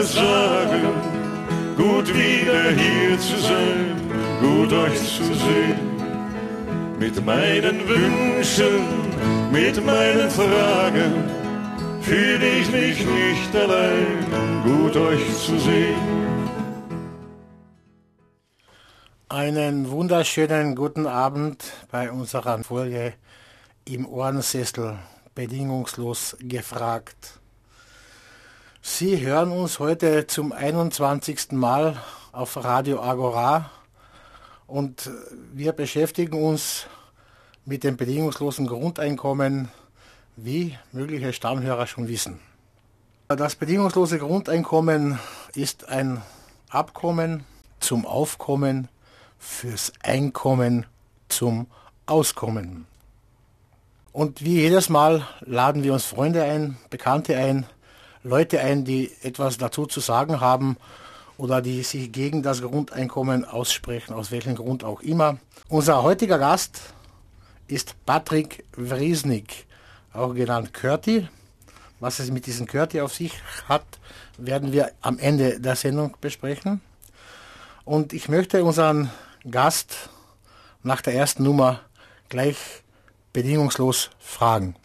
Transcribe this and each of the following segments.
nur sagen, gut wieder hier zu sein, gut euch zu sehen. Mit meinen Wünschen, mit meinen Fragen fühle ich mich nicht allein, gut euch zu sehen. Einen wunderschönen guten Abend bei unserer Folge im Ohrensessel, bedingungslos gefragt. Sie hören uns heute zum 21. Mal auf Radio Agora und wir beschäftigen uns mit dem bedingungslosen Grundeinkommen, wie mögliche Stammhörer schon wissen. Das bedingungslose Grundeinkommen ist ein Abkommen zum Aufkommen fürs Einkommen zum Auskommen. Und wie jedes Mal laden wir uns Freunde ein, Bekannte ein, Leute ein, die etwas dazu zu sagen haben oder die sich gegen das Grundeinkommen aussprechen, aus welchem Grund auch immer. Unser heutiger Gast ist Patrick Wriesnik, auch genannt Curti. Was es mit diesem Curti auf sich hat, werden wir am Ende der Sendung besprechen. Und ich möchte unseren Gast nach der ersten Nummer gleich bedingungslos fragen.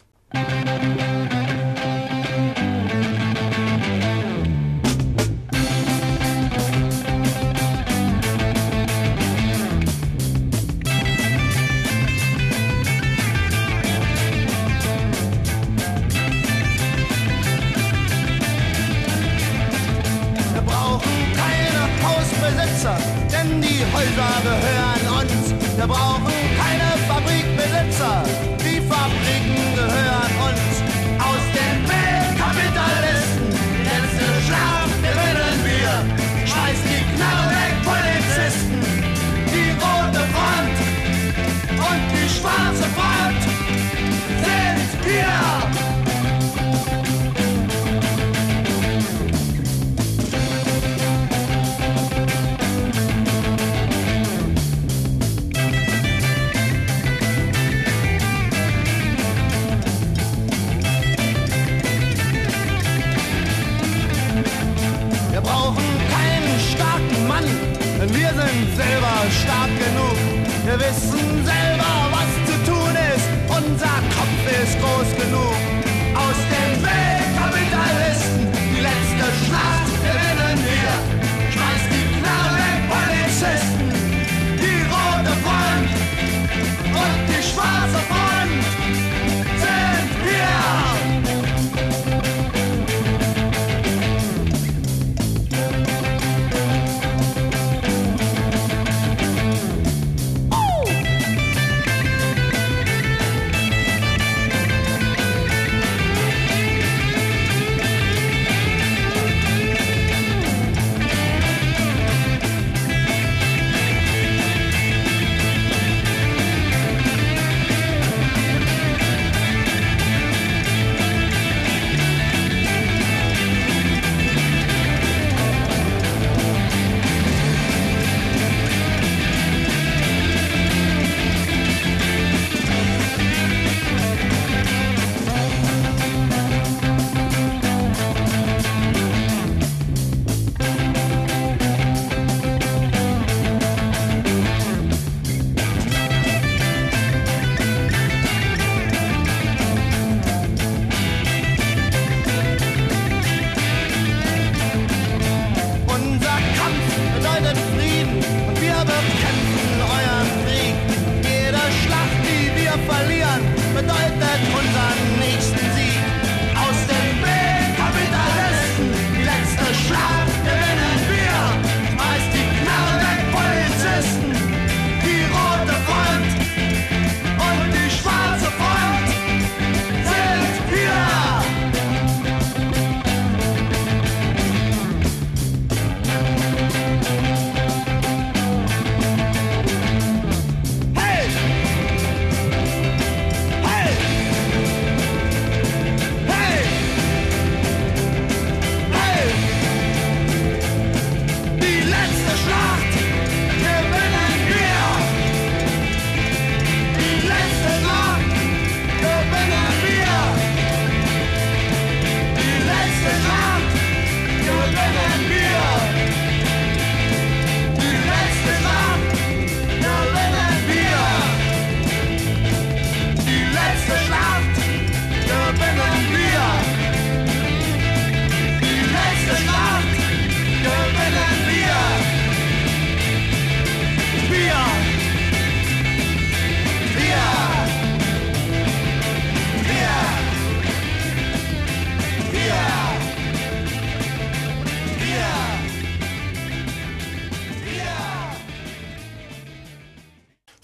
Denn die Häuser gehören uns. Wir brauchen keine Fabrikbesitzer. Die Fabriken gehören uns. Aus dem Weg Kapitalisten. Die letzte Schlacht gewinnen wir. Schmeißt die Knarre weg, Polizisten. Die rote Front und die schwarze Front sind wir. Wir brauchen keinen starken Mann, denn wir sind selber stark genug. Wir wissen selber, was zu tun ist, unser Kopf ist groß genug. Aus dem Weg Kapitalisten, die letzte Schlacht gewinnen wir. Schmeißt die Knarre weg, Polizisten, die rote Front und die schwarze Front sind wir.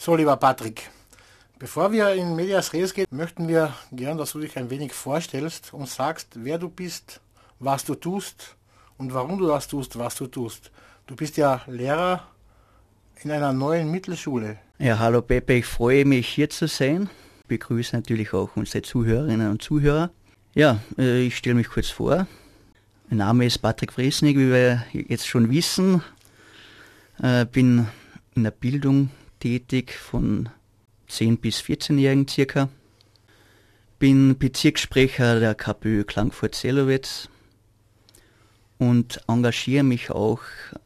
So, lieber Patrick, bevor wir in Medias Res gehen, möchten wir gern, dass du dich ein wenig vorstellst und sagst, wer du bist, was du tust und warum du das tust, was du tust. Du bist ja Lehrer in einer neuen Mittelschule. Ja, hallo Pepe, ich freue mich hier zu sein. Ich begrüße natürlich auch unsere Zuhörerinnen und Zuhörer. Ja, ich stelle mich kurz vor. Mein Name ist Patrick Fresnig, wie wir jetzt schon wissen. Bin in der Bildung tätig von 10- bis 14-Jährigen circa. Bin Bezirkssprecher der KPÖ Klagenfurt-Sellowitz und engagiere mich auch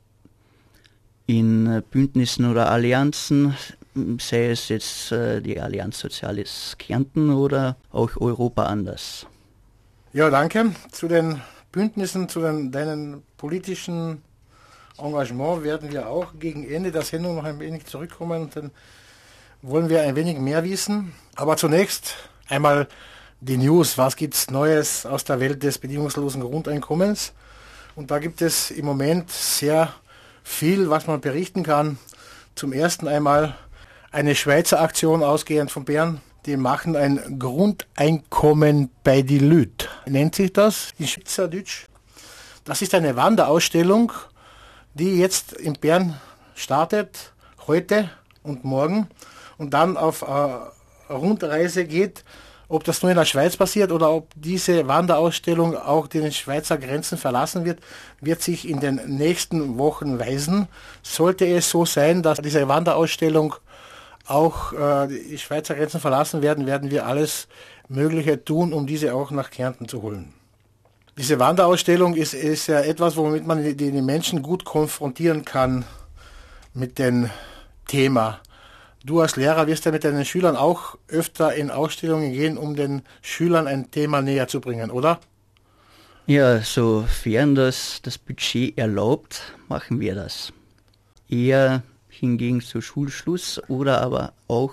in Bündnissen oder Allianzen, sei es jetzt die Allianz Soziales Kärnten oder auch Europa anders. Ja, danke. Zu den Bündnissen, zu deinen politischen Engagement werden wir auch gegen Ende der Sendung noch ein wenig zurückkommen. Dann wollen wir ein wenig mehr wissen. Aber zunächst einmal die News. Was gibt es Neues aus der Welt des bedingungslosen Grundeinkommens? Und da gibt es im Moment sehr viel, was man berichten kann. Zum ersten einmal eine Schweizer Aktion ausgehend von Bern. Die machen ein Grundeinkommen bei die Lüt. Nennt sich das in Schweizerdeutsch. Das ist eine Wanderausstellung, die jetzt in Bern startet, heute und morgen, und dann auf eine Rundreise geht. Ob das nur in der Schweiz passiert oder ob diese Wanderausstellung auch die Schweizer Grenzen verlassen wird sich in den nächsten Wochen weisen. Sollte es so sein, dass diese Wanderausstellung auch die Schweizer Grenzen verlassen werden, werden wir alles Mögliche tun, um diese auch nach Kärnten zu holen. Diese Wanderausstellung ist ja etwas, womit man die Menschen gut konfrontieren kann mit dem Thema. Du als Lehrer wirst ja mit deinen Schülern auch öfter in Ausstellungen gehen, um den Schülern ein Thema näher zu bringen, oder? Ja, sofern das Budget erlaubt, machen wir das. Eher hingegen zu Schulschluss oder aber auch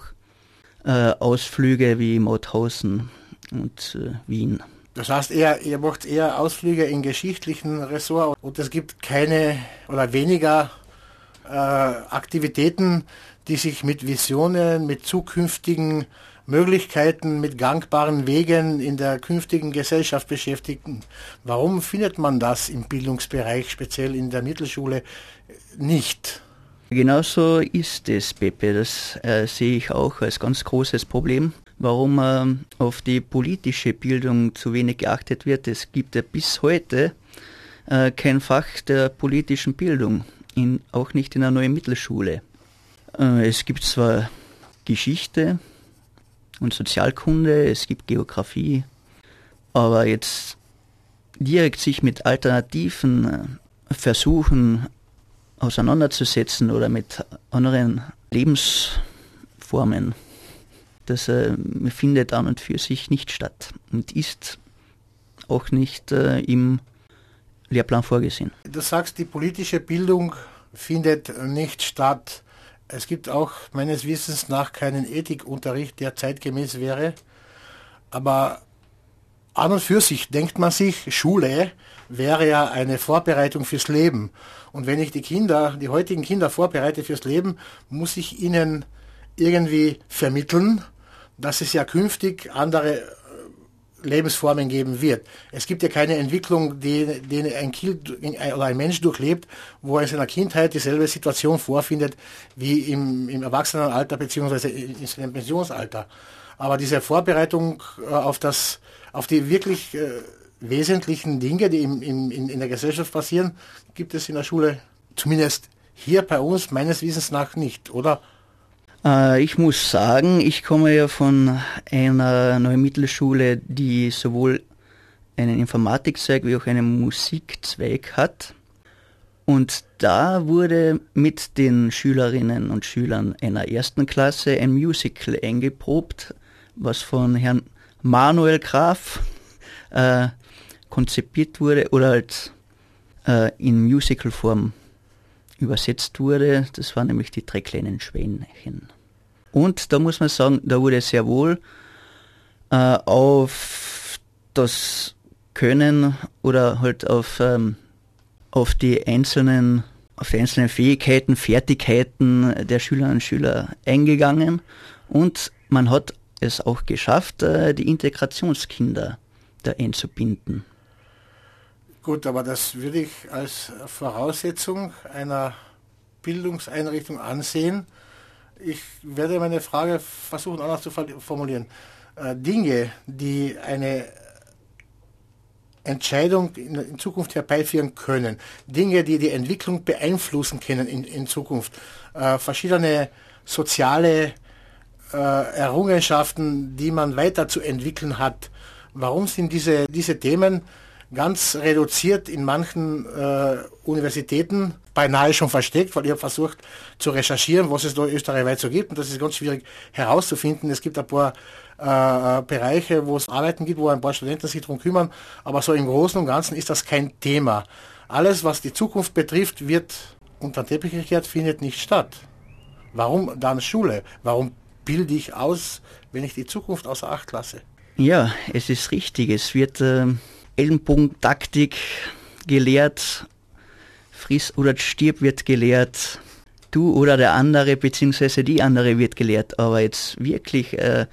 Ausflüge wie Mauthausen und Wien. Das heißt, ihr macht eher Ausflüge in geschichtlichen Ressort und es gibt keine oder weniger Aktivitäten, die sich mit Visionen, mit zukünftigen Möglichkeiten, mit gangbaren Wegen in der künftigen Gesellschaft beschäftigen. Warum findet man das im Bildungsbereich, speziell in der Mittelschule, nicht? Genauso ist es, Pepe. Das sehe ich auch als ganz großes Problem. Warum auf die politische Bildung zu wenig geachtet wird. Es gibt ja bis heute kein Fach der politischen Bildung, auch nicht in der neuen Mittelschule. Es gibt zwar Geschichte und Sozialkunde, es gibt Geografie, aber jetzt direkt sich mit Alternativen versuchen auseinanderzusetzen oder mit anderen Lebensformen, das findet an und für sich nicht statt und ist auch nicht im Lehrplan vorgesehen. Du sagst, die politische Bildung findet nicht statt. Es gibt auch meines Wissens nach keinen Ethikunterricht, der zeitgemäß wäre. Aber an und für sich denkt man sich, Schule wäre ja eine Vorbereitung fürs Leben. Und wenn ich die heutigen Kinder vorbereite fürs Leben, muss ich ihnen irgendwie vermitteln, dass es ja künftig andere Lebensformen geben wird. Es gibt ja keine Entwicklung, die ein Kind oder ein Mensch durchlebt, wo er in seiner Kindheit dieselbe Situation vorfindet wie im Erwachsenenalter bzw. in seinem Pensionsalter. Aber diese Vorbereitung auf die wirklich wesentlichen Dinge, die in der Gesellschaft passieren, gibt es in der Schule, zumindest hier bei uns, meines Wissens nach nicht, oder? Ich muss sagen, ich komme ja von einer neuen Mittelschule, die sowohl einen Informatikzweig wie auch einen Musikzweig hat. Und da wurde mit den Schülerinnen und Schülern einer ersten Klasse ein Musical eingeprobt, was von Herrn Manuel Graf konzipiert wurde oder halt in Musicalform übersetzt wurde. Das waren nämlich die 3 kleinen Schweinchen. Und da muss man sagen, da wurde sehr wohl auf das Können oder halt auf die einzelnen auf die einzelnen Fähigkeiten, Fertigkeiten der Schülerinnen und Schüler eingegangen und man hat es auch geschafft, die Integrationskinder da einzubinden. Gut, aber das würde ich als Voraussetzung einer Bildungseinrichtung ansehen. Ich werde meine Frage versuchen anders zu formulieren. Dinge, die eine Entscheidung in Zukunft herbeiführen können, Dinge, die die Entwicklung beeinflussen können in Zukunft, verschiedene soziale Errungenschaften, die man weiter zu entwickeln hat. Warum sind diese Themen ganz reduziert in manchen Universitäten, beinahe schon versteckt, weil ich habe versucht zu recherchieren, was es da österreichweit so gibt, und das ist ganz schwierig herauszufinden. Es gibt ein paar Bereiche, wo es Arbeiten gibt, wo ein paar Studenten sich darum kümmern, aber so im Großen und Ganzen ist das kein Thema. Alles, was die Zukunft betrifft, wird unter den Teppich gekehrt, findet nicht statt. Warum dann Schule? Warum bilde ich aus, wenn ich die Zukunft außer Acht lasse? Ja, es ist richtig. Es wird Ellenbogentaktik gelehrt, friss oder stirb wird gelehrt, du oder der andere beziehungsweise die andere wird gelehrt, aber jetzt wirklich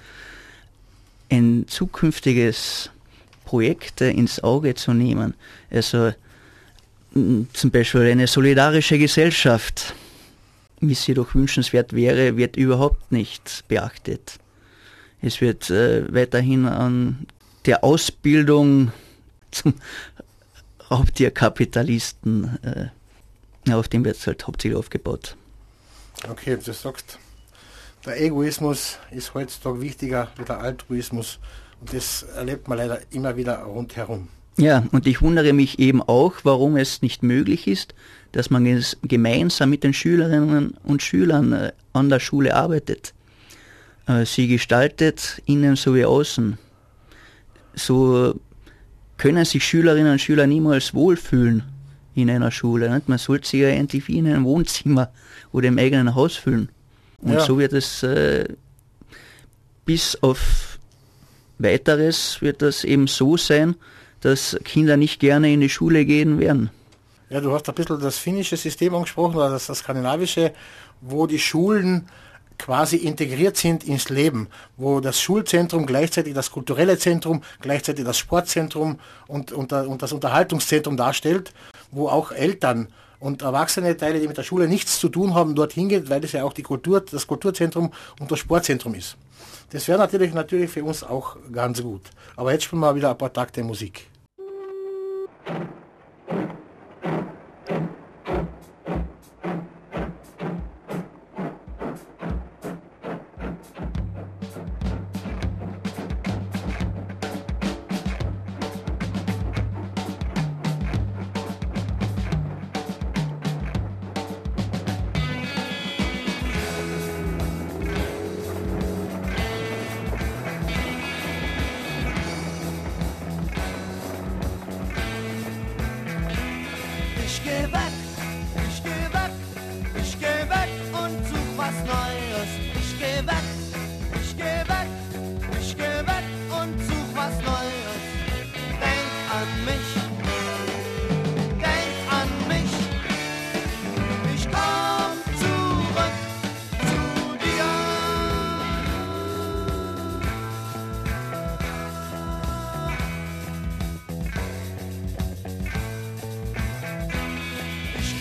ein zukünftiges Projekt ins Auge zu nehmen, also zum Beispiel eine solidarische Gesellschaft, wie es jedoch wünschenswert wäre, wird überhaupt nicht beachtet. Es wird weiterhin an der Ausbildung zum Raubtierkapitalisten, auf dem wird es halt hauptsächlich aufgebaut. Okay, du sagst, der Egoismus ist heutzutage wichtiger wie der Altruismus, und das erlebt man leider immer wieder rundherum. Ja, und ich wundere mich eben auch, warum es nicht möglich ist, dass man gemeinsam mit den Schülerinnen und Schülern an der Schule arbeitet. Sie gestaltet innen sowie außen. So können sich Schülerinnen und Schüler niemals wohlfühlen in einer Schule. Nicht? Man sollte sich ja endlich wie in einem Wohnzimmer oder im eigenen Haus fühlen. Und ja, so wird es bis auf Weiteres wird das eben so sein, dass Kinder nicht gerne in die Schule gehen werden. Ja, du hast ein bisschen das finnische System angesprochen, oder das skandinavische, wo die Schulen quasi integriert sind ins Leben, wo das Schulzentrum gleichzeitig das kulturelle Zentrum, gleichzeitig das Sportzentrum und das Unterhaltungszentrum darstellt, wo auch Eltern und erwachsene Teile, die mit der Schule nichts zu tun haben, dorthin geht, weil das ja auch das Kulturzentrum und das Sportzentrum ist. Das wäre natürlich für uns auch ganz gut. Aber jetzt spielen wir wieder ein paar Takte Musik. Ich geh weg und such was Neues. Ich geh weg und such was Neues. Denk an mich, ich komm zurück zu dir. Ich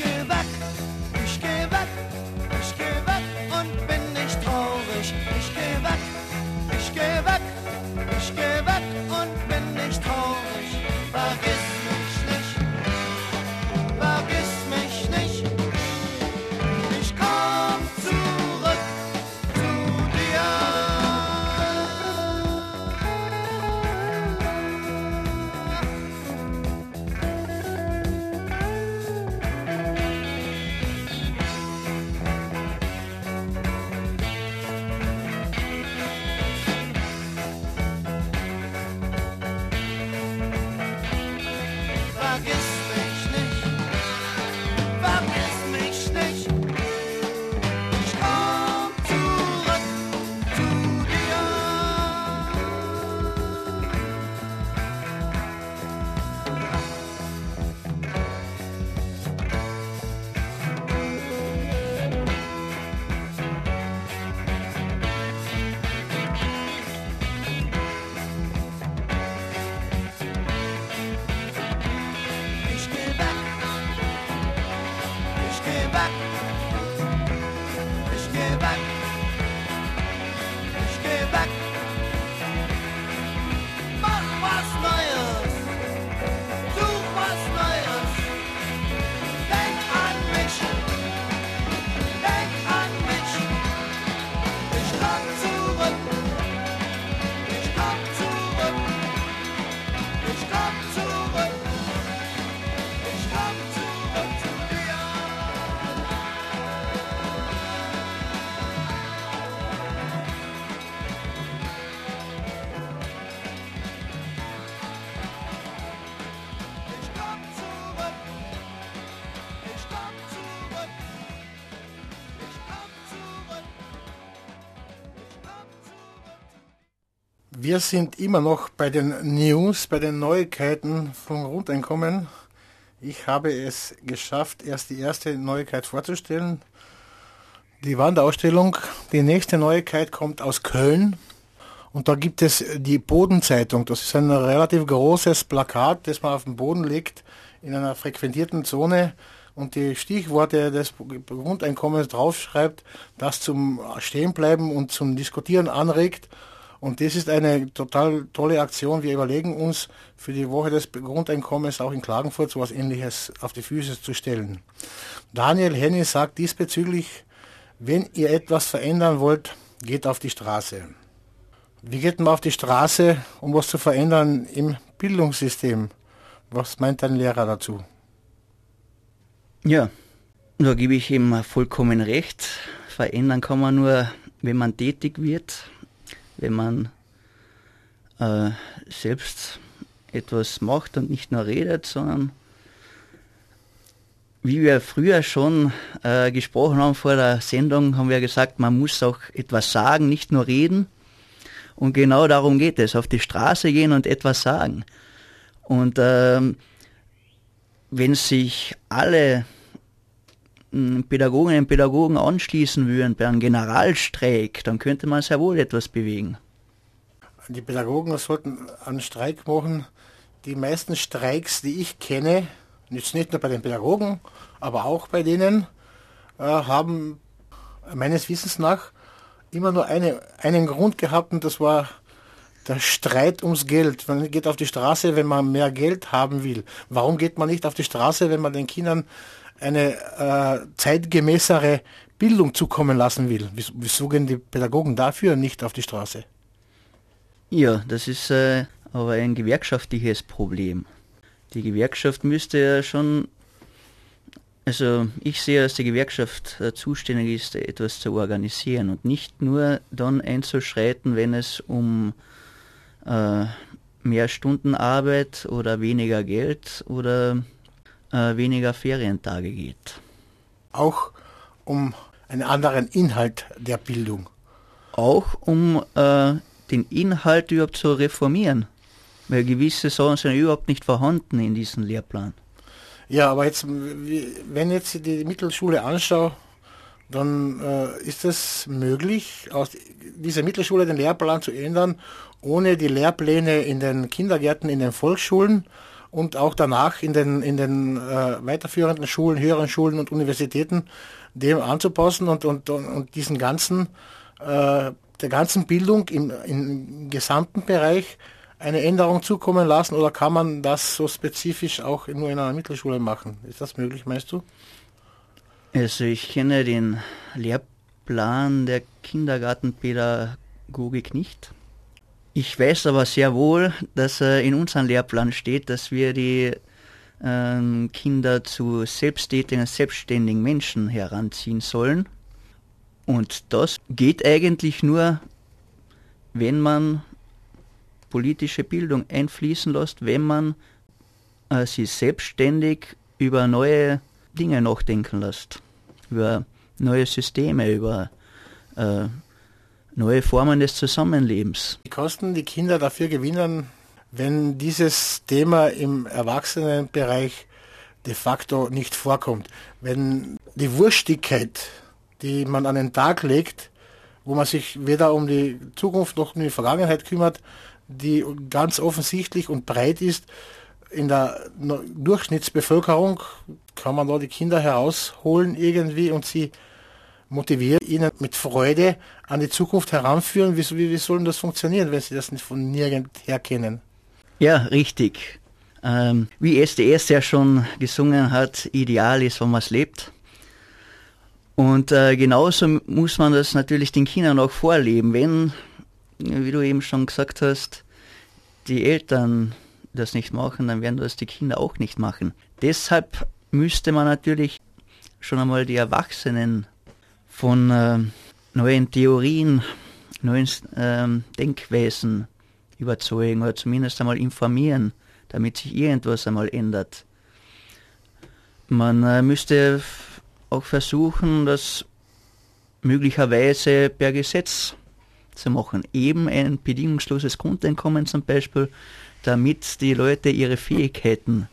Wir sind immer noch bei den News, bei den Neuigkeiten vom Grundeinkommen. Ich habe es geschafft, erst die erste Neuigkeit vorzustellen. Die Wanderausstellung. Die nächste Neuigkeit kommt aus Köln. Und da gibt es die Bodenzeitung. Das ist ein relativ großes Plakat, das man auf den Boden legt, in einer frequentierten Zone und die Stichworte des Grundeinkommens draufschreibt, das zum Stehenbleiben und zum Diskutieren anregt. Und das ist eine total tolle Aktion. Wir überlegen uns für die Woche des Grundeinkommens auch in Klagenfurt so etwas Ähnliches auf die Füße zu stellen. Daniel Henny sagt diesbezüglich, wenn ihr etwas verändern wollt, geht auf die Straße. Wie geht man auf die Straße, um was zu verändern im Bildungssystem? Was meint dein Lehrer dazu? Ja, da gebe ich ihm vollkommen recht. Verändern kann man nur, wenn man tätig wird, wenn man selbst etwas macht und nicht nur redet, sondern wie wir früher schon gesprochen haben vor der Sendung, haben wir gesagt, man muss auch etwas sagen, nicht nur reden. Und genau darum geht es, auf die Straße gehen und etwas sagen. Und wenn sich alle Pädagoginnen und Pädagogen anschließen würden bei einem Generalstreik, dann könnte man sehr wohl etwas bewegen. Die Pädagogen sollten einen Streik machen. Die meisten Streiks, die ich kenne, jetzt nicht nur bei den Pädagogen, aber auch bei denen, haben meines Wissens nach immer nur einen Grund gehabt, und das war der Streit ums Geld. Man geht auf die Straße, wenn man mehr Geld haben will. Warum geht man nicht auf die Straße, wenn man den Kindern eine zeitgemäßere Bildung zukommen lassen will? Wieso gehen die Pädagogen dafür nicht auf die Straße? Ja, das ist aber ein gewerkschaftliches Problem. Die Gewerkschaft müsste ja schon, also ich sehe, dass die Gewerkschaft zuständig ist, etwas zu organisieren und nicht nur dann einzuschreiten, wenn es um mehr Stunden Arbeit oder weniger Geld oder weniger Ferientage geht. Auch um einen anderen Inhalt der Bildung. Auch um den Inhalt überhaupt zu reformieren, weil gewisse Sachen sind überhaupt nicht vorhanden in diesem Lehrplan. Ja, aber jetzt, wenn jetzt die Mittelschule anschaue, dann ist es möglich, aus dieser Mittelschule den Lehrplan zu ändern, ohne die Lehrpläne in den Kindergärten, in den Volksschulen und auch danach in den weiterführenden Schulen, höheren Schulen und Universitäten dem anzupassen und diesen ganzen, der ganzen Bildung im gesamten Bereich eine Änderung zukommen lassen, oder kann man das so spezifisch auch nur in einer Mittelschule machen? Ist das möglich, meinst du? Also ich kenne den Lehrplan der Kindergartenpädagogik nicht. Ich weiß aber sehr wohl, dass in unserem Lehrplan steht, dass wir die Kinder zu selbsttätigen, selbstständigen Menschen heranziehen sollen. Und das geht eigentlich nur, wenn man politische Bildung einfließen lässt, wenn man sie selbstständig über neue Dinge nachdenken lässt, über neue Systeme, über neue Formen des Zusammenlebens. Wie kannst die Kinder dafür gewinnen, wenn dieses Thema im Erwachsenenbereich de facto nicht vorkommt? Wenn die Wurstigkeit, die man an den Tag legt, wo man sich weder um die Zukunft noch um die Vergangenheit kümmert, die ganz offensichtlich und breit ist, in der Durchschnittsbevölkerung, kann man da die Kinder herausholen irgendwie und sie motivieren, ihnen mit Freude an die Zukunft heranführen. Wie soll denn das funktionieren, wenn sie das nicht von nirgendher kennen? Ja, richtig. Wie SDS ja schon gesungen hat, ideal ist, wenn man es lebt. Und genauso muss man das natürlich den Kindern auch vorleben, wenn, wie du eben schon gesagt hast, die Eltern das nicht machen, dann werden das die Kinder auch nicht machen. Deshalb müsste man natürlich schon einmal die Erwachsenen von neuen Theorien, neuen Denkweisen überzeugen oder zumindest einmal informieren, damit sich irgendwas einmal ändert. Man müsste auch versuchen, das möglicherweise per Gesetz zu machen. Eben ein bedingungsloses Grundeinkommen zum Beispiel, damit die Leute ihre Fähigkeiten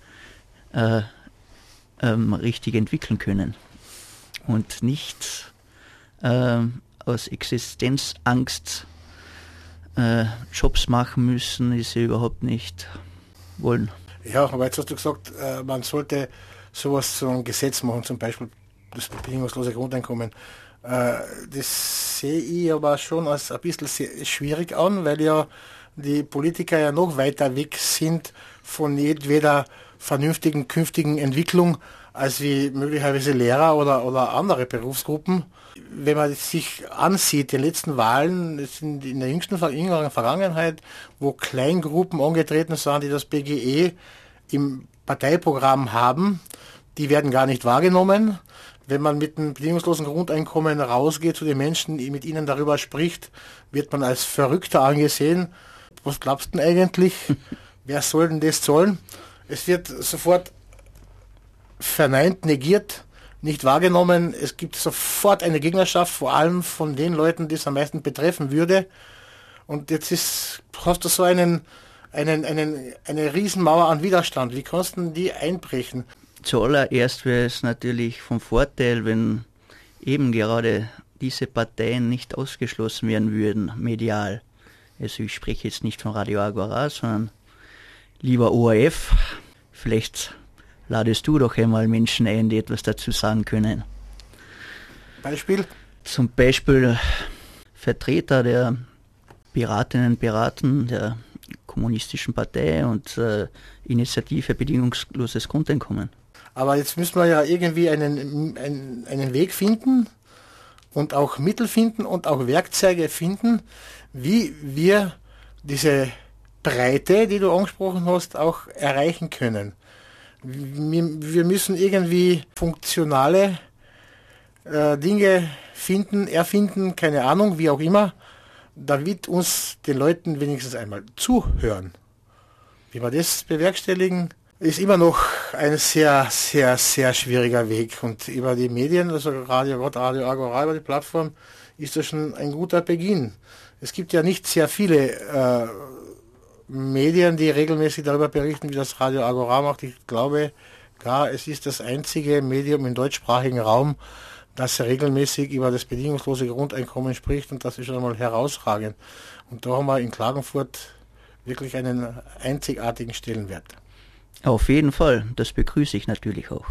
richtig entwickeln können und nicht aus Existenzangst Jobs machen müssen, die sie überhaupt nicht wollen. Ja, aber jetzt hast du gesagt, man sollte sowas zu einem Gesetz machen, zum Beispiel das bedingungslose Grundeinkommen. Das sehe ich aber schon als ein bisschen schwierig an, weil ja die Politiker ja noch weiter weg sind von jedweder vernünftigen künftigen Entwicklung als wie möglicherweise Lehrer oder andere Berufsgruppen. Wenn man sich ansieht, die letzten Wahlen sind in der jüngeren Vergangenheit, wo Kleingruppen angetreten sind, die das BGE im Parteiprogramm haben, die werden gar nicht wahrgenommen. Wenn man mit einem bedingungslosen Grundeinkommen rausgeht zu den Menschen, mit ihnen darüber spricht, wird man als Verrückter angesehen. Was glaubst du denn eigentlich? Wer soll denn das zahlen? Es wird sofort verneint, negiert, nicht wahrgenommen. Es gibt sofort eine Gegnerschaft, vor allem von den Leuten, die es am meisten betreffen würde. Und jetzt hast du so eine Riesenmauer an Widerstand. Wie kannst du die einbrechen? Zuallererst wäre es natürlich vom Vorteil, wenn eben gerade diese Parteien nicht ausgeschlossen werden würden, medial. Also ich spreche jetzt nicht von Radio Agora, sondern lieber ORF. Vielleicht ladest du doch einmal Menschen ein, die etwas dazu sagen können. Beispiel? Zum Beispiel Vertreter der Piratinnen und Piraten, der Kommunistischen Partei und Initiative Bedingungsloses Grundeinkommen. Aber jetzt müssen wir ja irgendwie einen Weg finden und auch Mittel finden und auch Werkzeuge finden, wie wir diese Breite, die du angesprochen hast, auch erreichen können. Wir müssen irgendwie funktionale Dinge erfinden, keine Ahnung, wie auch immer, damit uns den Leuten wenigstens einmal zuhören. Wie wir das bewerkstelligen, ist immer noch ein sehr, sehr, sehr schwieriger Weg. Und über die Medien, also Radio Agora, über die Plattform, ist das schon ein guter Beginn. Es gibt ja nicht sehr viele Medien, die regelmäßig darüber berichten, wie das Radio Agora macht. Ich glaube gar, es ist das einzige Medium im deutschsprachigen Raum, das regelmäßig über das bedingungslose Grundeinkommen spricht, und das ist schon einmal herausragend. Und da haben wir in Klagenfurt wirklich einen einzigartigen Stellenwert. Auf jeden Fall, das begrüße ich natürlich auch.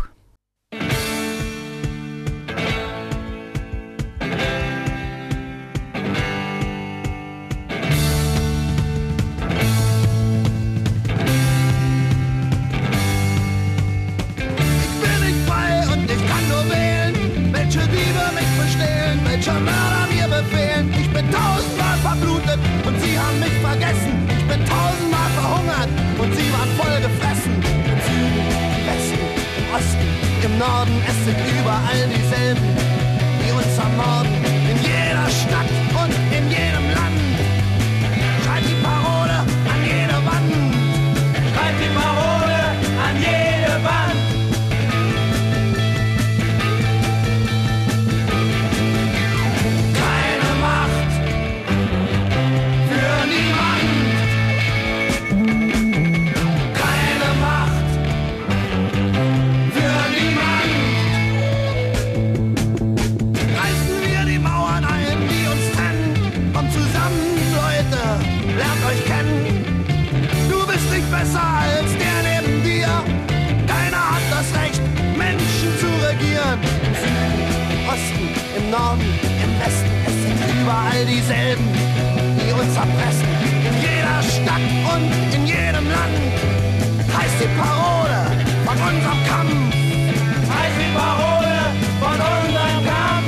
Norden, es sind überall dieselben, die uns ermorden. In jeder Stadt und in jedem Land. Schreibt die Parole an jede Wand. Schreibt die Parole an jede Wand. Keine Macht für niemand. Keine Macht für niemand. Besser als der neben dir. Keiner hat das Recht, Menschen zu regieren. Im Süden, im Osten, im Norden, im Westen, es sind überall dieselben, die uns erpressen. In jeder Stadt und in jedem Land heißt die Parole von unserem Kampf. Heißt die Parole von unserem Kampf.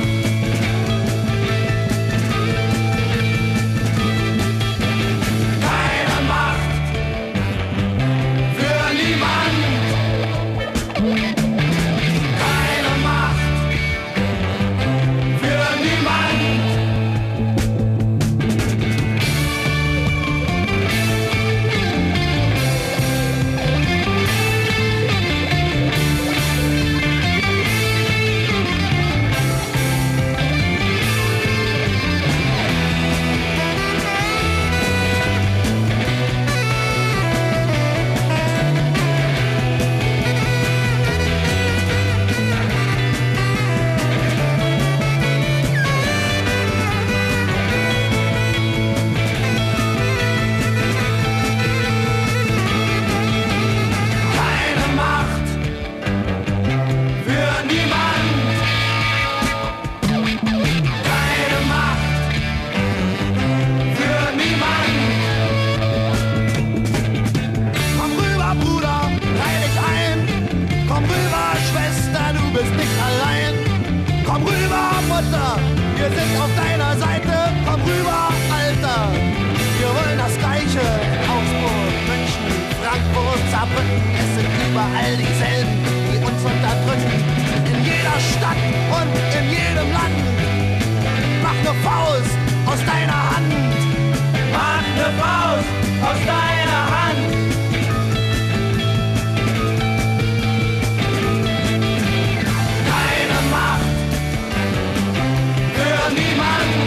Schwester, du bist nicht allein. Komm rüber, Mutter, wir sind auf deiner Seite. Komm rüber, Alter, wir wollen das Gleiche. Augsburg, München, Frankfurt, Saarbrücken, es sind überall dieselben, die uns unterdrücken. In jeder Stadt und in jedem Land. Mach ne Faust aus deiner Hand. Mach ne Faust aus deiner Hand. Keine Macht für niemanden.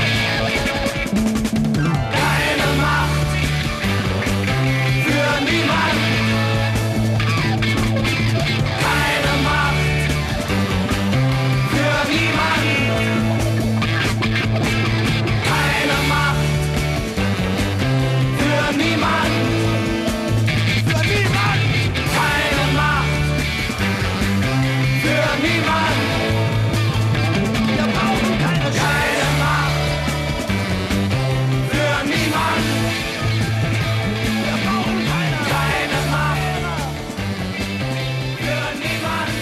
Keine Macht für niemanden. Keine Macht für niemanden. Keine Macht für niemanden. Für niemanden. Keine Macht für niemanden. Wir brauchen keine Macht für niemanden. Wir brauchen keine Macht für niemanden.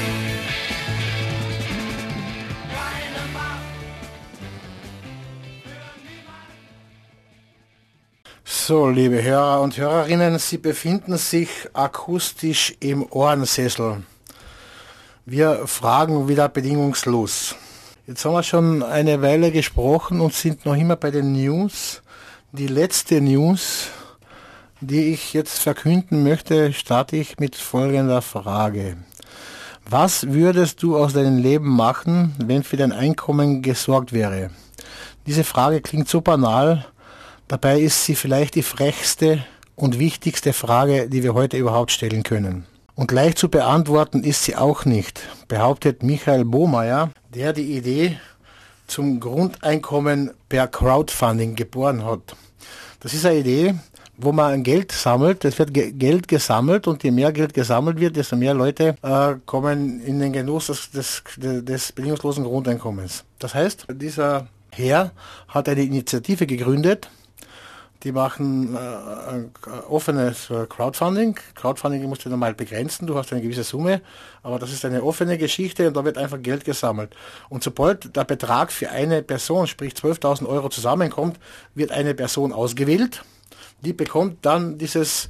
Keine Macht für niemanden. So, liebe Hörer und Hörerinnen, Sie befinden sich akustisch im Ohrensessel. Wir fragen wieder bedingungslos. Jetzt haben wir schon eine Weile gesprochen und sind noch immer bei den News. Die letzte News, die ich jetzt verkünden möchte, starte ich mit folgender Frage. Was würdest du aus deinem Leben machen, wenn für dein Einkommen gesorgt wäre? Diese Frage klingt so banal, dabei ist sie vielleicht die frechste und wichtigste Frage, die wir heute überhaupt stellen können. Und leicht zu beantworten ist sie auch nicht, behauptet Michael Bohmeier, der die Idee zum Grundeinkommen per Crowdfunding geboren hat. Das ist eine Idee, wo man Geld sammelt, es wird Geld gesammelt und je mehr Geld gesammelt wird, desto mehr Leute kommen in den Genuss des bedingungslosen Grundeinkommens. Das heißt, dieser Herr hat eine Initiative gegründet. Die machen offenes Crowdfunding. Crowdfunding musst du normal begrenzen, du hast eine gewisse Summe, aber das ist eine offene Geschichte und da wird einfach Geld gesammelt. Und sobald der Betrag für eine Person, sprich 12.000 Euro zusammenkommt, wird eine Person ausgewählt. Die bekommt dann dieses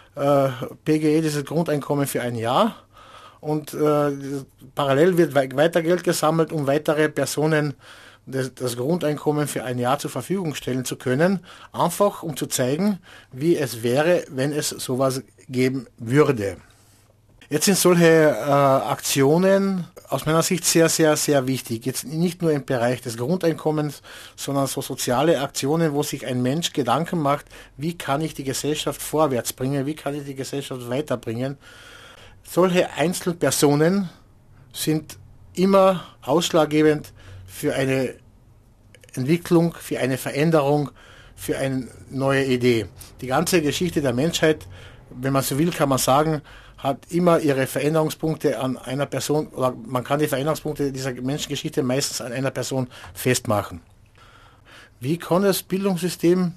PGE, dieses Grundeinkommen für ein Jahr. Und parallel wird weiter Geld gesammelt, um weitere Personen das Grundeinkommen für ein Jahr zur Verfügung stellen zu können, einfach um zu zeigen, wie es wäre, wenn es sowas geben würde. Jetzt sind solche Aktionen aus meiner Sicht sehr, sehr, sehr wichtig. Jetzt nicht nur im Bereich des Grundeinkommens, sondern so soziale Aktionen, wo sich ein Mensch Gedanken macht, wie kann ich die Gesellschaft vorwärts bringen, wie kann ich die Gesellschaft weiterbringen. Solche Einzelpersonen sind immer ausschlaggebend für eine Entwicklung, für eine Veränderung, für eine neue Idee. Die ganze Geschichte der Menschheit, wenn man so will, kann man sagen, hat immer ihre Veränderungspunkte an einer Person, oder man kann die Veränderungspunkte dieser Menschengeschichte meistens an einer Person festmachen. Wie kann das Bildungssystem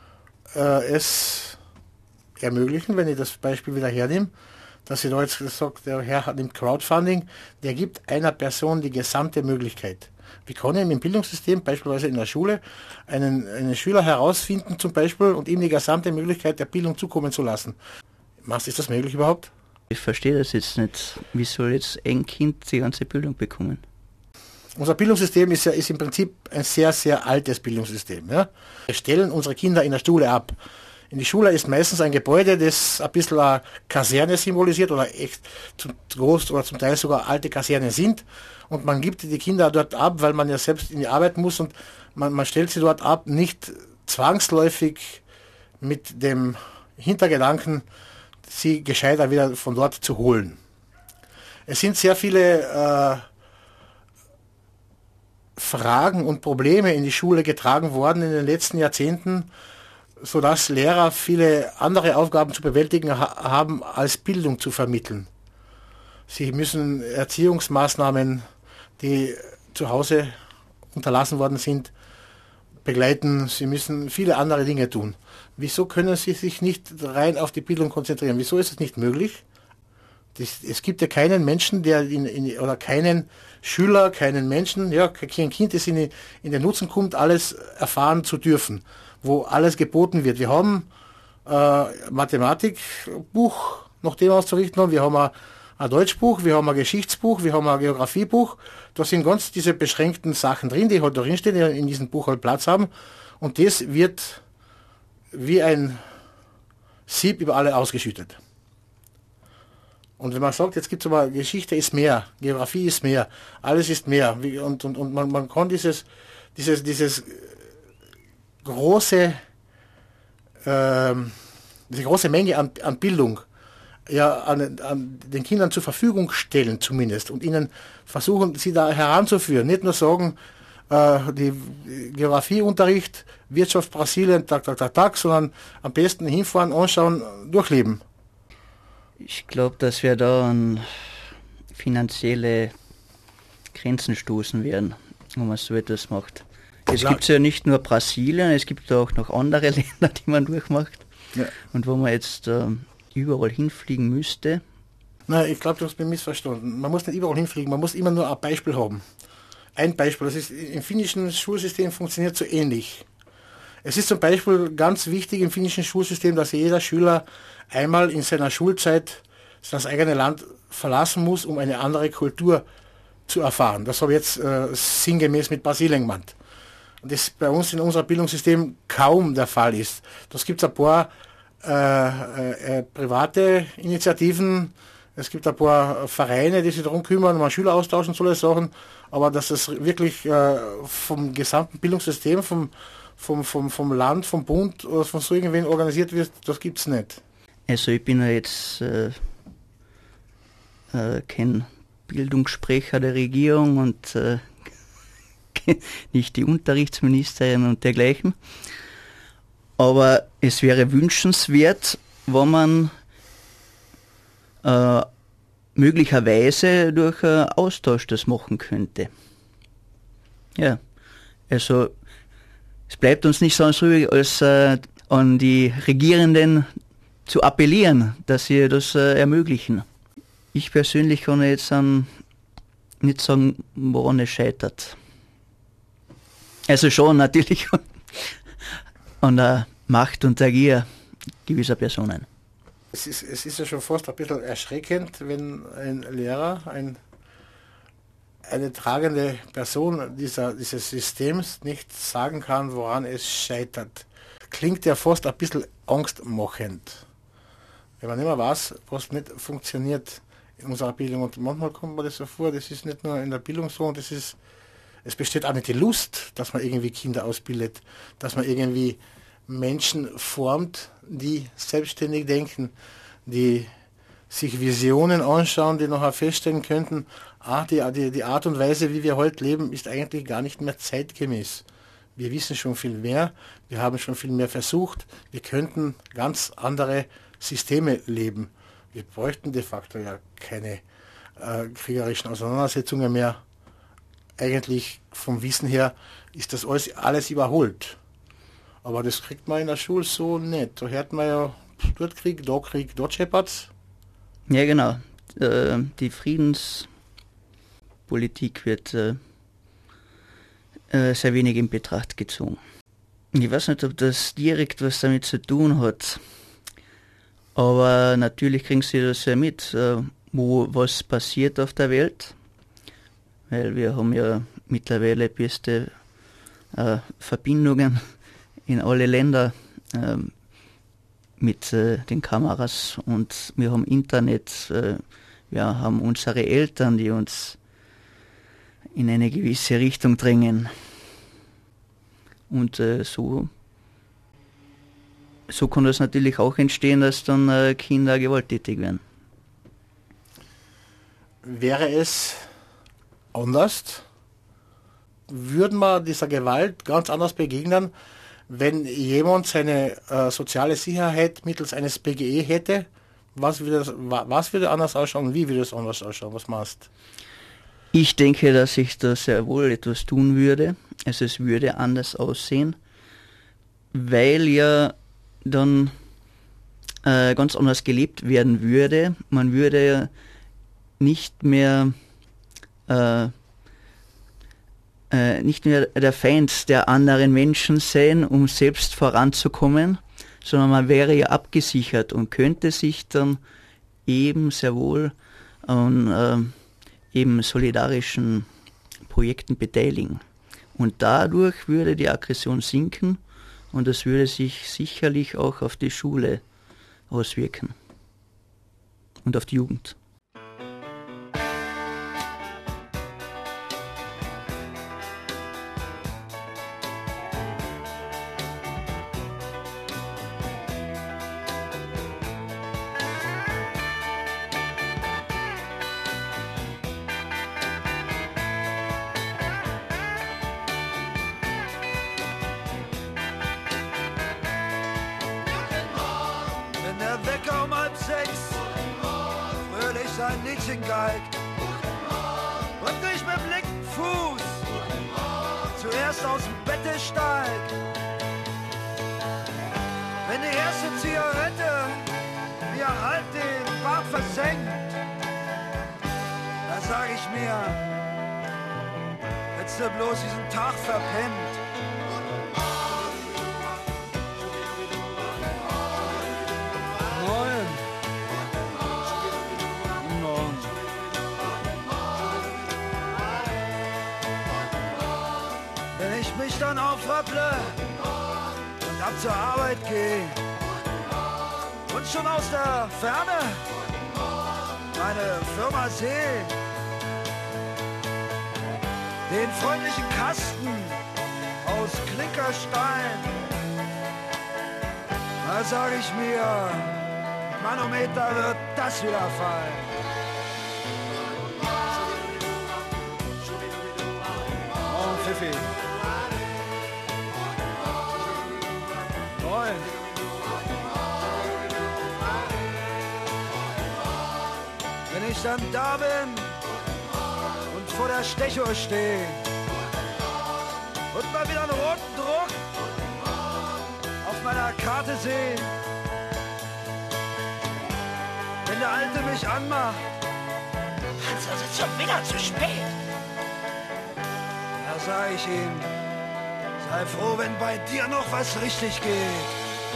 es ermöglichen, wenn ich das Beispiel wieder hernehme, dass ich da jetzt gesagt, der Herr nimmt Crowdfunding, der gibt einer Person die gesamte Möglichkeit. Wie kann ich im Bildungssystem, beispielsweise in der Schule, einen Schüler herausfinden zum Beispiel und ihm die gesamte Möglichkeit der Bildung zukommen zu lassen? Ist das möglich überhaupt? Ich verstehe das jetzt nicht. Wie soll jetzt ein Kind die ganze Bildung bekommen? Unser Bildungssystem ist im Prinzip ein sehr, sehr altes Bildungssystem. Ja? Wir stellen unsere Kinder in der Schule ab. In die Schule ist meistens ein Gebäude, das ein bisschen eine Kaserne symbolisiert oder echt zu groß oder zum Teil sogar alte Kasernen sind. Und man gibt die Kinder dort ab, weil man ja selbst in die Arbeit muss und man stellt sie dort ab, nicht zwangsläufig mit dem Hintergedanken, sie gescheiter wieder von dort zu holen. Es sind sehr viele Fragen und Probleme in die Schule getragen worden in den letzten Jahrzehnten, sodass Lehrer viele andere Aufgaben zu bewältigen haben, als Bildung zu vermitteln. Sie müssen Erziehungsmaßnahmen, die zu Hause unterlassen worden sind, begleiten. Sie müssen viele andere Dinge tun. Wieso können Sie sich nicht rein auf die Bildung konzentrieren? Wieso ist es nicht möglich, Es gibt ja keinen Menschen, oder keinen Schüler, keinen Menschen, ja, kein Kind, das in den Nutzen kommt, alles erfahren zu dürfen, wo alles geboten wird. Wir haben Mathematikbuch, nach dem wir uns zu richten haben, wir haben ein Deutschbuch, wir haben ein Geschichtsbuch, wir haben ein Geografiebuch. Da sind ganz diese beschränkten Sachen drin, die halt drin stehen, die in diesem Buch halt Platz haben. Und das wird wie ein Sieb über alle ausgeschüttet. Und wenn man sagt, jetzt gibt es aber, Geschichte ist mehr, Geografie ist mehr, alles ist mehr. Und man kann diese große Menge an Bildung ja an den Kindern zur Verfügung stellen zumindest und ihnen versuchen, sie da heranzuführen. Nicht nur sagen, die Geografieunterricht, Wirtschaft Brasilien, sondern am besten hinfahren, anschauen, durchleben. Ich glaube, dass wir da an finanzielle Grenzen stoßen werden, wenn man so etwas macht. Es gibt ja nicht nur Brasilien, es gibt auch noch andere Länder, die man durchmacht. Ja. Und wo man jetzt überall hinfliegen müsste. Nein, ich glaube, du hast mich missverstanden. Man muss nicht überall hinfliegen, man muss immer nur ein Beispiel haben. Ein Beispiel, das ist im finnischen Schulsystem funktioniert so ähnlich. Es ist zum Beispiel ganz wichtig im finnischen Schulsystem, dass jeder Schüler einmal in seiner Schulzeit das eigene Land verlassen muss, um eine andere Kultur zu erfahren. Das habe ich jetzt sinngemäß mit Brasilien gemeint. Und das bei uns in unserem Bildungssystem kaum der Fall ist. Das gibt es ein paar private Initiativen, es gibt ein paar Vereine, die sich darum kümmern, mal Schüler austauschen, solche Sachen, aber dass es wirklich vom gesamten Bildungssystem, vom Land, vom Bund oder von so irgendwen organisiert wird, das gibt es nicht. Also ich bin ja jetzt kein Bildungssprecher der Regierung und nicht die Unterrichtsministerin und dergleichen. Aber es wäre wünschenswert, wenn man möglicherweise durch Austausch das machen könnte. Ja, also es bleibt uns nicht sonst übrig, als an die Regierenden zu appellieren, dass sie das ermöglichen. Ich persönlich kann jetzt nicht sagen, woran es scheitert. Also schon natürlich an der Macht und der Gier gewisser Personen. Es ist ja schon fast ein bisschen erschreckend, wenn ein Lehrer, eine tragende Person dieses Systems nicht sagen kann, woran es scheitert. Klingt ja fast ein bisschen angstmachend. Wenn man nicht mehr weiß, was nicht funktioniert in unserer Bildung. Und manchmal kommt mir das so vor, das ist nicht nur in der Bildung so, und es besteht auch nicht die Lust, dass man irgendwie Kinder ausbildet, dass man irgendwie Menschen formt, die selbstständig denken, die sich Visionen anschauen, die nachher feststellen könnten, die Art und Weise, wie wir heute leben, ist eigentlich gar nicht mehr zeitgemäß. Wir wissen schon viel mehr, wir haben schon viel mehr versucht, wir könnten ganz andere Systeme leben. Wir bräuchten de facto ja keine kriegerischen Auseinandersetzungen mehr. Eigentlich vom Wissen her ist das alles überholt. Aber das kriegt man in der Schule so nicht. Da hört man ja, dort Krieg, dort scheppert's. Ja, genau. Die Friedenspolitik wird sehr wenig in Betracht gezogen. Ich weiß nicht, ob das direkt was damit zu tun hat, aber natürlich kriegen sie das ja mit, was passiert auf der Welt, weil wir haben ja mittlerweile beste Verbindungen in alle Länder mit den Kameras, und wir haben Internet, wir haben unsere Eltern, die uns in eine gewisse Richtung drängen. Und so kann das natürlich auch entstehen, dass dann Kinder gewalttätig werden. Wäre es anders? Würden wir dieser Gewalt ganz anders begegnen, wenn jemand seine soziale Sicherheit mittels eines BGE hätte? Was würde anders ausschauen? Wie würde es anders ausschauen? Was meinst du? Ich denke, dass ich da sehr wohl etwas tun würde. Also es würde anders aussehen, weil ja dann ganz anders gelebt werden würde. Man würde nicht mehr der Feind der anderen Menschen sein, um selbst voranzukommen, sondern man wäre ja abgesichert und könnte sich dann eben sehr wohl an eben solidarischen Projekten beteiligen. Und dadurch würde die Aggression sinken und das würde sich sicherlich auch auf die Schule auswirken und auf die Jugend. Wenn der Wecker um 5:30 fröhlich sein Liedchen geigt und ich mit dem linken Fuß zuerst aus dem Bette steig. Wenn die erste Zigarette mir halt den Bart versenkt, da sag ich mir, hättest du bloß diesen Tag verpennt. Moin. Moin. Wenn ich mich dann aufrapple und ab zur Arbeit gehe und schon aus der Ferne meine Firma sehe, den freundlichen Kasten aus Klinkerstein, da sag ich mir, Manometer wird das wieder fallen. Morgen, Pfiffi. Moin. Wenn ich dann da bin und vor der Stechuhr stehe und mal wieder einen roten Druck auf meiner Karte sehe, wenn der Alte mich anmacht, Hans, es ist schon wieder zu spät. da sag ich ihm, sei froh, wenn bei dir noch was richtig geht.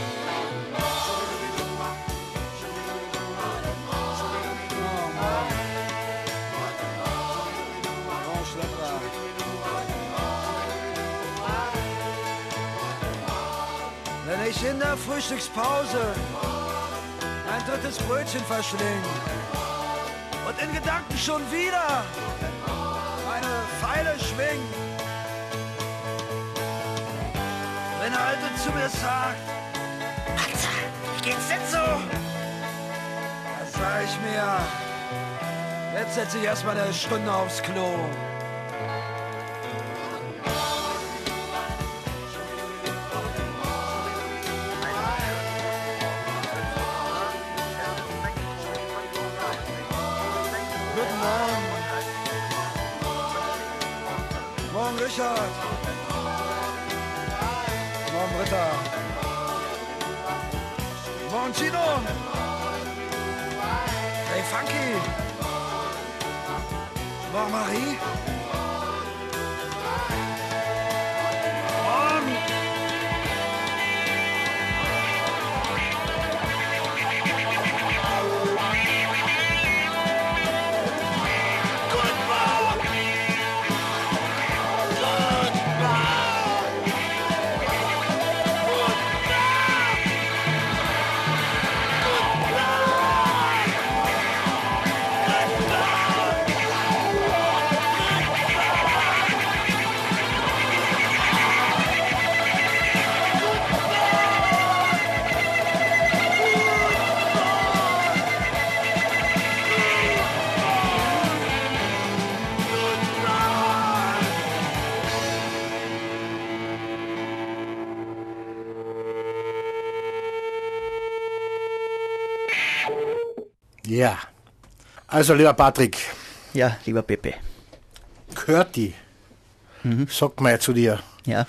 Wenn ich in der Frühstückspause ein drittes Brötchen verschling und in Gedanken schon wieder meine Pfeile schwing. Wenn der Alte zu mir sagt, Hans, wie geht's denn so? da sag ich mir, jetzt setze ich erstmal eine Stunde aufs Klo. Guten Morgen. Morgen, Richard. Morgen, Ritter. Morgen, Tino. Hey, Funky. Morgen, Marie. Morgen. Ja, also lieber Patrick, Ja, lieber Pepe. Curti, sagt mal zu dir. Ja.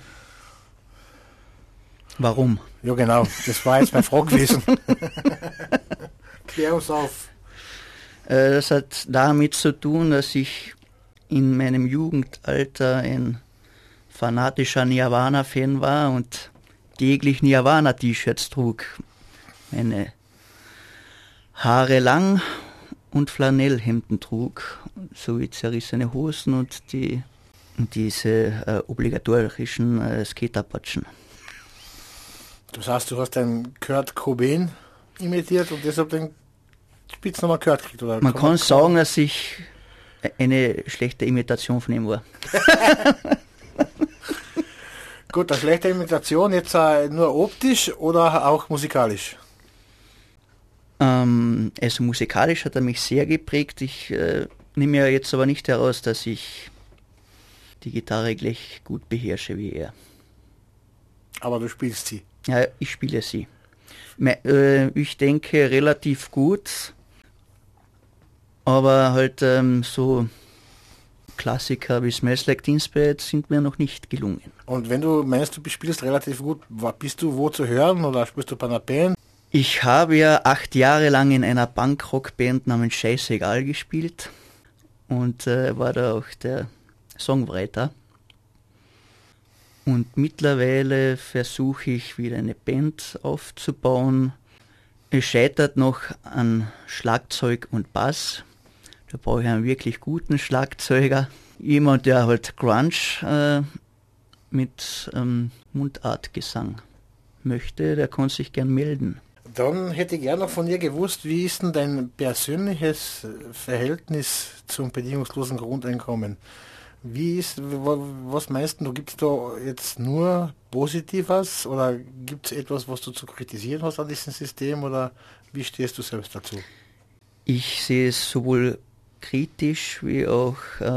Warum? Ja genau, das war jetzt meine Frage gewesen. Klär uns auf. Das hat damit zu tun, dass ich in meinem Jugendalter ein fanatischer Nirvana-Fan war und täglich Nirvana-T-Shirts trug. Meine Haare lang und Flanellhemden trug, sowie zerrissene Hosen und diese obligatorischen Skaterpatschen. Das heißt, du hast einen Kurt Cobain imitiert und deshalb den Spitznamen Kurt gekriegt, oder? Man kann sagen, dass ich eine schlechte Imitation von ihm war. Gut, eine schlechte Imitation jetzt nur optisch oder auch musikalisch? Also musikalisch hat er mich sehr geprägt. Ich nehme ja jetzt aber nicht heraus, dass ich die Gitarre gleich gut beherrsche wie er. Aber du spielst sie. Ja, ich spiele sie. Ich denke relativ gut, aber halt so Klassiker wie Smells Like Teen Spirit sind mir noch nicht gelungen. Und wenn du meinst, du spielst relativ gut, bist du wo zu hören oder spielst du bei einer Band? Ich habe ja 8 Jahre lang in einer Punkrock-Band namens Scheißegal gespielt und war da auch der Songwriter. Und mittlerweile versuche ich wieder eine Band aufzubauen. Es scheitert noch an Schlagzeug und Bass. Da brauche ich einen wirklich guten Schlagzeuger. Jemand, der halt Grunge mit Mundartgesang möchte, der kann sich gern melden. Dann hätte ich gerne noch von dir gewusst, wie ist denn dein persönliches Verhältnis zum bedingungslosen Grundeinkommen? Was meinst du, gibt es da jetzt nur Positives oder gibt es etwas, was du zu kritisieren hast an diesem System oder wie stehst du selbst dazu? Ich sehe es sowohl kritisch wie auch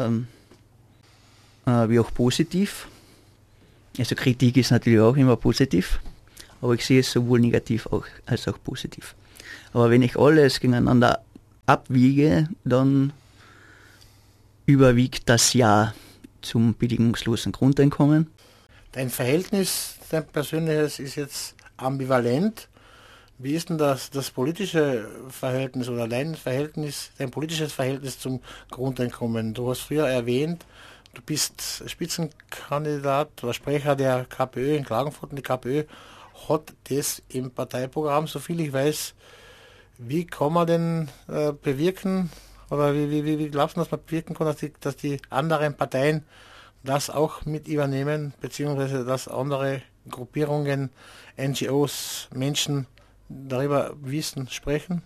positiv. Also Kritik ist natürlich auch immer positiv, aber ich sehe es sowohl negativ als auch positiv. Aber wenn ich alles gegeneinander abwiege, dann überwiegt das Ja zum bedingungslosen Grundeinkommen. Dein Verhältnis, dein persönliches, ist jetzt ambivalent. Wie ist denn das politische Verhältnis oder dein politisches Verhältnis zum Grundeinkommen? Du hast früher erwähnt, du bist Spitzenkandidat oder Sprecher der KPÖ in Klagenfurt und die KPÖ hat das im Parteiprogramm, soviel ich weiß. Wie kann man denn bewirken oder wie glaubst du, dass man bewirken kann, dass die anderen Parteien das auch mit übernehmen, beziehungsweise dass andere Gruppierungen, NGOs, Menschen darüber wissen, sprechen?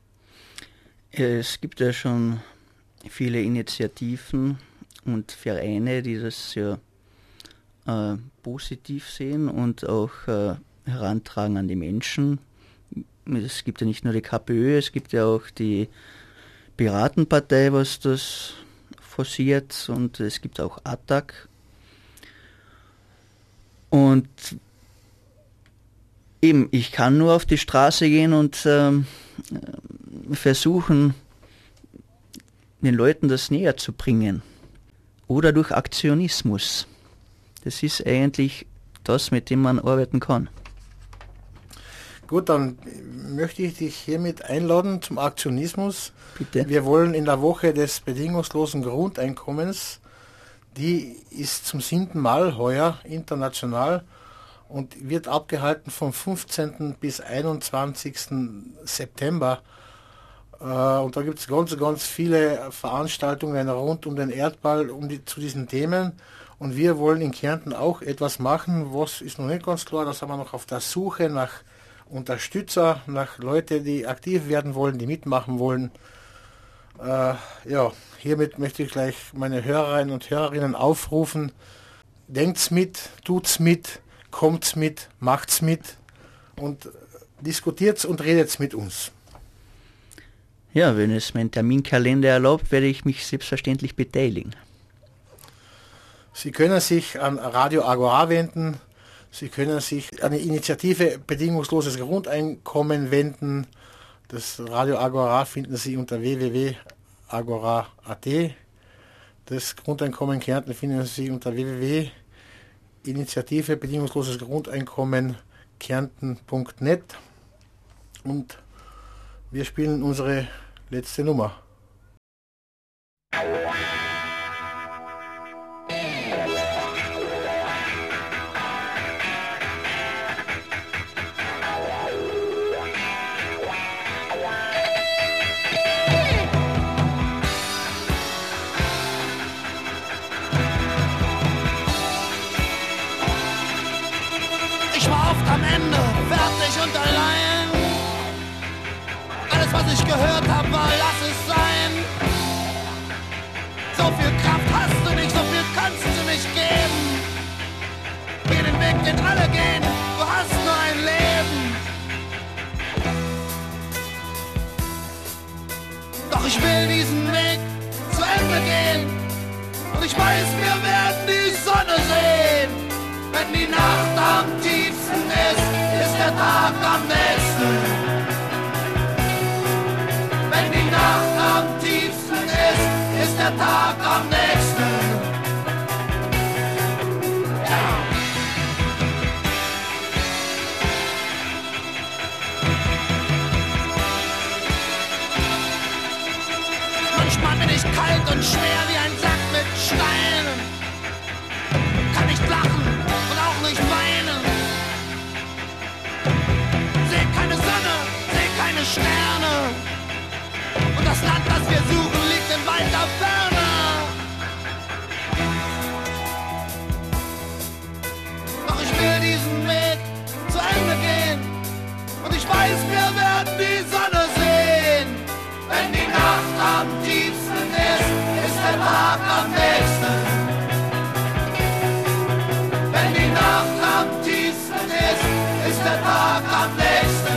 Es gibt ja schon viele Initiativen und Vereine, die das ja positiv sehen und auch herantragen an die Menschen. Es gibt ja nicht nur die KPÖ, es gibt ja auch die Piratenpartei, was das forciert, und es gibt auch ATTAC. Und eben, ich kann nur auf die Straße gehen und versuchen, den Leuten das näher zu bringen. Oder durch Aktionismus. Das ist eigentlich das, mit dem man arbeiten kann. Gut, dann möchte ich dich hiermit einladen zum Aktionismus. Bitte. Wir wollen in der Woche des bedingungslosen Grundeinkommens, die ist zum 7. Mal heuer international und wird abgehalten vom 15. bis 21. September. Und da gibt es ganz viele Veranstaltungen rund um den Erdball zu diesen Themen. Und wir wollen in Kärnten auch etwas machen, was ist noch nicht ganz klar, da sind wir noch auf der Suche nach Unterstützer, nach Leute, die aktiv werden wollen, die mitmachen wollen. Hiermit möchte ich gleich meine Hörerinnen und Hörerinnen aufrufen. Denkt's mit, tut's mit, kommt's mit, macht's mit und diskutiert's und redet's mit uns. Ja, wenn es mein Terminkalender erlaubt, werde ich mich selbstverständlich beteiligen. Sie können sich an Radio Agora wenden. Sie können sich an die Initiative Bedingungsloses Grundeinkommen wenden. Das Radio Agora finden Sie unter www.agora.at. Das Grundeinkommen Kärnten finden Sie unter www.initiative Bedingungsloses Grundeinkommen Kärnten.net. Und wir spielen unsere letzte Nummer. Ende, fertig und allein. Alles, was ich gehört habe, war, lass es sein. So viel Kraft hast du nicht, so viel kannst du nicht geben. Geh den Weg, den alle gehen, du hast nur ein Leben. Doch ich will diesen Weg zu Ende gehen. Und ich weiß, wir werden die Sonne sehen. Wenn die Nacht am tiefsten ist der Tag am nächsten. Wenn die Nacht am tiefsten ist der Tag am nächsten. Ja. Manchmal bin ich kalt und schwer wie ein Sack mit Steinen. Kann nicht lachen und auch nicht weinen. Seh keine Sonne, seh keine Sterne. Und das Land, das wir suchen, liegt in weiter Ferne. Doch ich will diesen Weg zu Ende gehen. Und ich weiß, wir werden die Sonne sehen. Wenn die Nacht am tiefsten ist der Tag am nächsten. Wenn die Nacht am tiefsten ist der Tag am nächsten.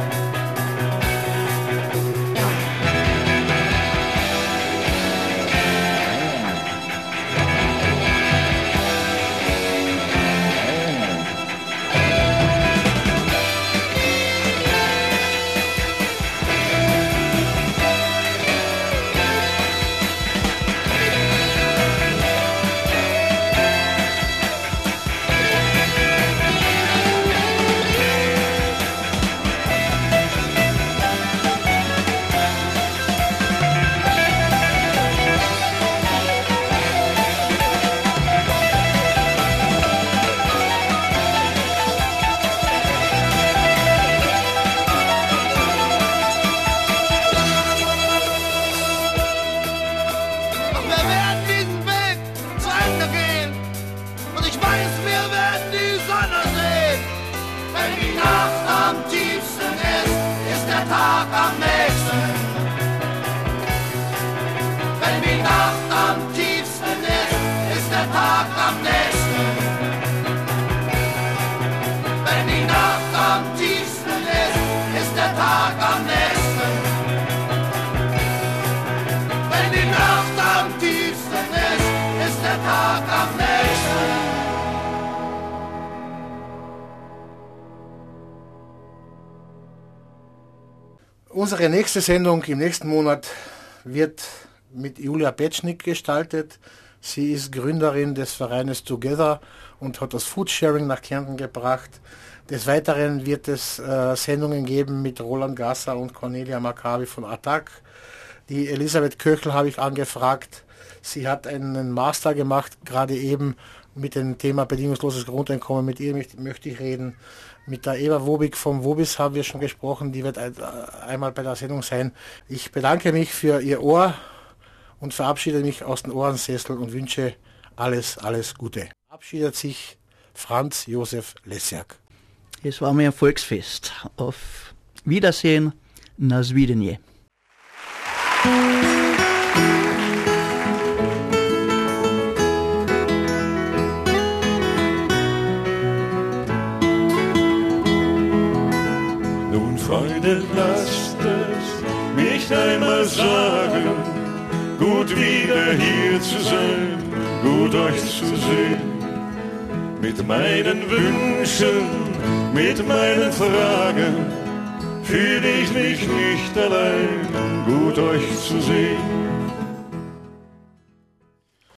Unsere nächste Sendung im nächsten Monat wird mit Julia Petschnik gestaltet. Sie ist Gründerin des Vereines Together und hat das Foodsharing nach Kärnten gebracht. Des Weiteren wird es Sendungen geben mit Roland Gasser und Cornelia Maccabi von Attac. Die Elisabeth Köchel habe ich angefragt. Sie hat einen Master gemacht, gerade eben mit dem Thema bedingungsloses Grundeinkommen. Mit ihr möchte ich reden. Mit der Eva Wobig vom Wobis haben wir schon gesprochen. Die wird einmal bei der Sendung sein. Ich bedanke mich für Ihr Ohr und verabschiede mich aus dem Ohrensessel und wünsche alles Gute. Verabschiedet sich Franz Josef Lesiak. Es war mir ein Volksfest. Auf Wiedersehen, na Svidenje. Nun, Freunde, lasst es mich einmal sagen, gut wieder hier zu sein, gut euch zu sehen. Mit meinen Wünschen, mit meinen Fragen fühle ich mich nicht allein, gut euch zu sehen.